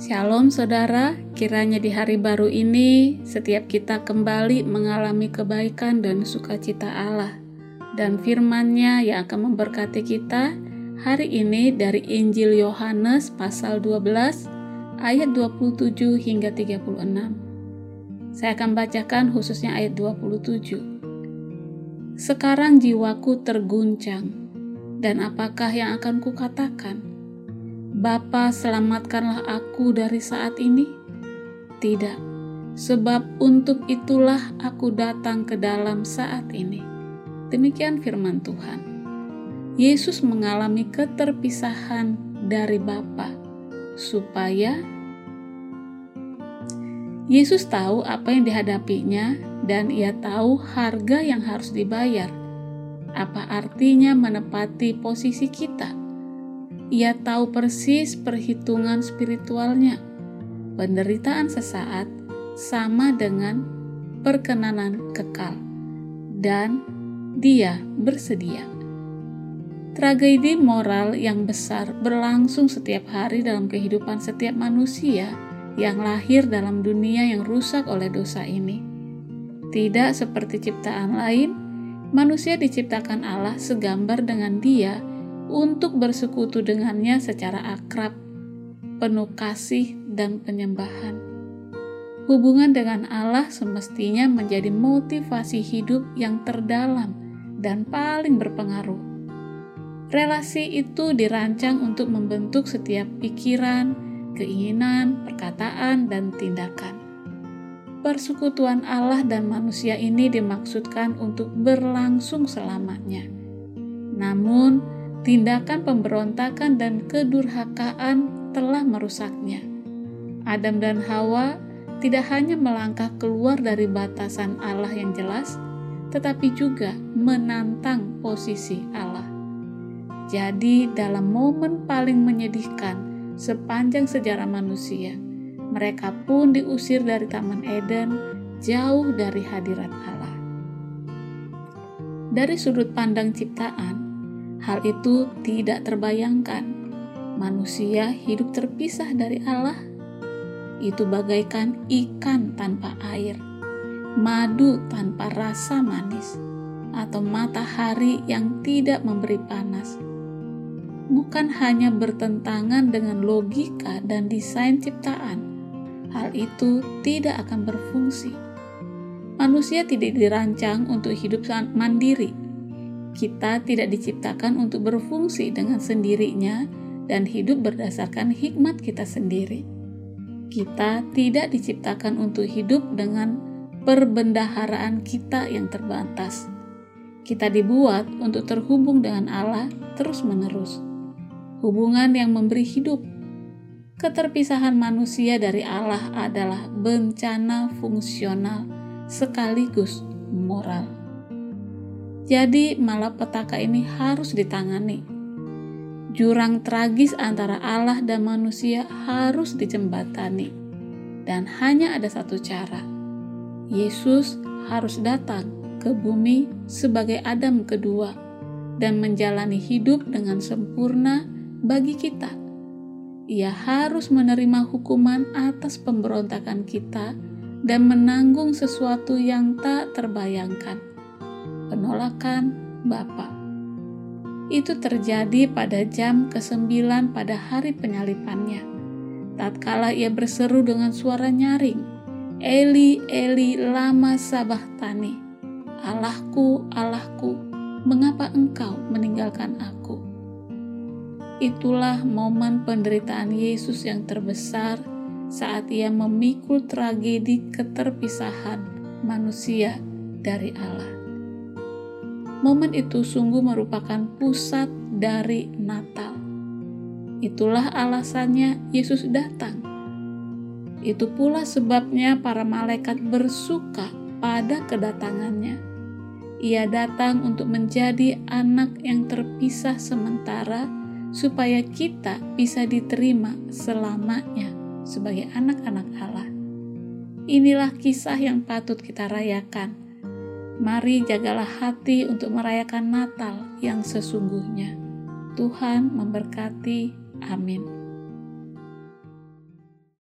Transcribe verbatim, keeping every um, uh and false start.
Shalom saudara, kiranya di hari baru ini setiap kita kembali mengalami kebaikan dan sukacita Allah dan firman-Nya yang akan memberkati kita hari ini dari Injil Yohanes pasal dua belas ayat dua puluh tujuh hingga tiga puluh enam. Saya akan bacakan khususnya ayat dua puluh tujuh. Sekarang jiwaku terguncang, dan apakah yang akan kukatakan? Bapa, selamatkanlah aku dari saat ini? Tidak, sebab untuk itulah aku datang ke dalam saat ini. Demikian firman Tuhan. Yesus mengalami keterpisahan dari Bapa, supaya Yesus tahu apa yang dihadapinya dan ia tahu harga yang harus dibayar. Apa artinya menepati posisi kita? Ia tahu persis perhitungan spiritualnya. Penderitaan sesaat sama dengan perkenanan kekal, dan dia bersedia. Tragedi moral yang besar berlangsung setiap hari dalam kehidupan setiap manusia yang lahir dalam dunia yang rusak oleh dosa ini. Tidak seperti ciptaan lain, manusia diciptakan Allah segambar dengan Dia untuk bersekutu dengannya secara akrab, penuh kasih dan penyembahan. Hubungan dengan Allah semestinya menjadi motivasi hidup yang terdalam dan paling berpengaruh. Relasi itu dirancang untuk membentuk setiap pikiran, keinginan, perkataan, dan tindakan. Persekutuan Allah dan manusia ini dimaksudkan untuk berlangsung selamanya. Namun, tindakan pemberontakan dan kedurhakaan telah merusaknya. Adam dan Hawa tidak hanya melangkah keluar dari batasan Allah yang jelas, tetapi juga menantang posisi Allah. Jadi, dalam momen paling menyedihkan sepanjang sejarah manusia, mereka pun diusir dari Taman Eden, jauh dari hadirat Allah. Dari sudut pandang ciptaan, hal itu tidak terbayangkan. Manusia hidup terpisah dari Allah. Itu bagaikan ikan tanpa air, madu tanpa rasa manis, atau matahari yang tidak memberi panas. Bukan hanya bertentangan dengan logika dan desain ciptaan, hal itu tidak akan berfungsi. Manusia tidak dirancang untuk hidup mandiri. Kita tidak diciptakan untuk berfungsi dengan sendirinya dan hidup berdasarkan hikmat kita sendiri. Kita tidak diciptakan untuk hidup dengan perbendaharaan kita yang terbatas. Kita dibuat untuk terhubung dengan Allah terus-menerus. Hubungan yang memberi hidup. Keterpisahan manusia dari Allah adalah bencana fungsional sekaligus moral. Jadi malapetaka ini harus ditangani. Jurang tragis antara Allah dan manusia harus dijembatani. Dan hanya ada satu cara. Yesus harus datang ke bumi sebagai Adam kedua dan menjalani hidup dengan sempurna bagi kita. Ia harus menerima hukuman atas pemberontakan kita dan menanggung sesuatu yang tak terbayangkan. Penolakan Bapa. Itu terjadi pada jam kesembilan pada hari penyalipannya. Tatkala ia berseru dengan suara nyaring, Eli, Eli, lama sabachthani. Allahku, Allahku, mengapa engkau meninggalkan aku? Itulah momen penderitaan Yesus yang terbesar saat ia memikul tragedi keterpisahan manusia dari Allah. Momen itu sungguh merupakan pusat dari Natal. Itulah alasannya Yesus datang. Itu pula sebabnya para malaikat bersuka pada kedatangannya. Ia datang untuk menjadi anak yang terpisah sementara supaya kita bisa diterima selamanya sebagai anak-anak Allah. Inilah kisah yang patut kita rayakan. Mari jagalah hati untuk merayakan Natal yang sesungguhnya. Tuhan memberkati. Amin.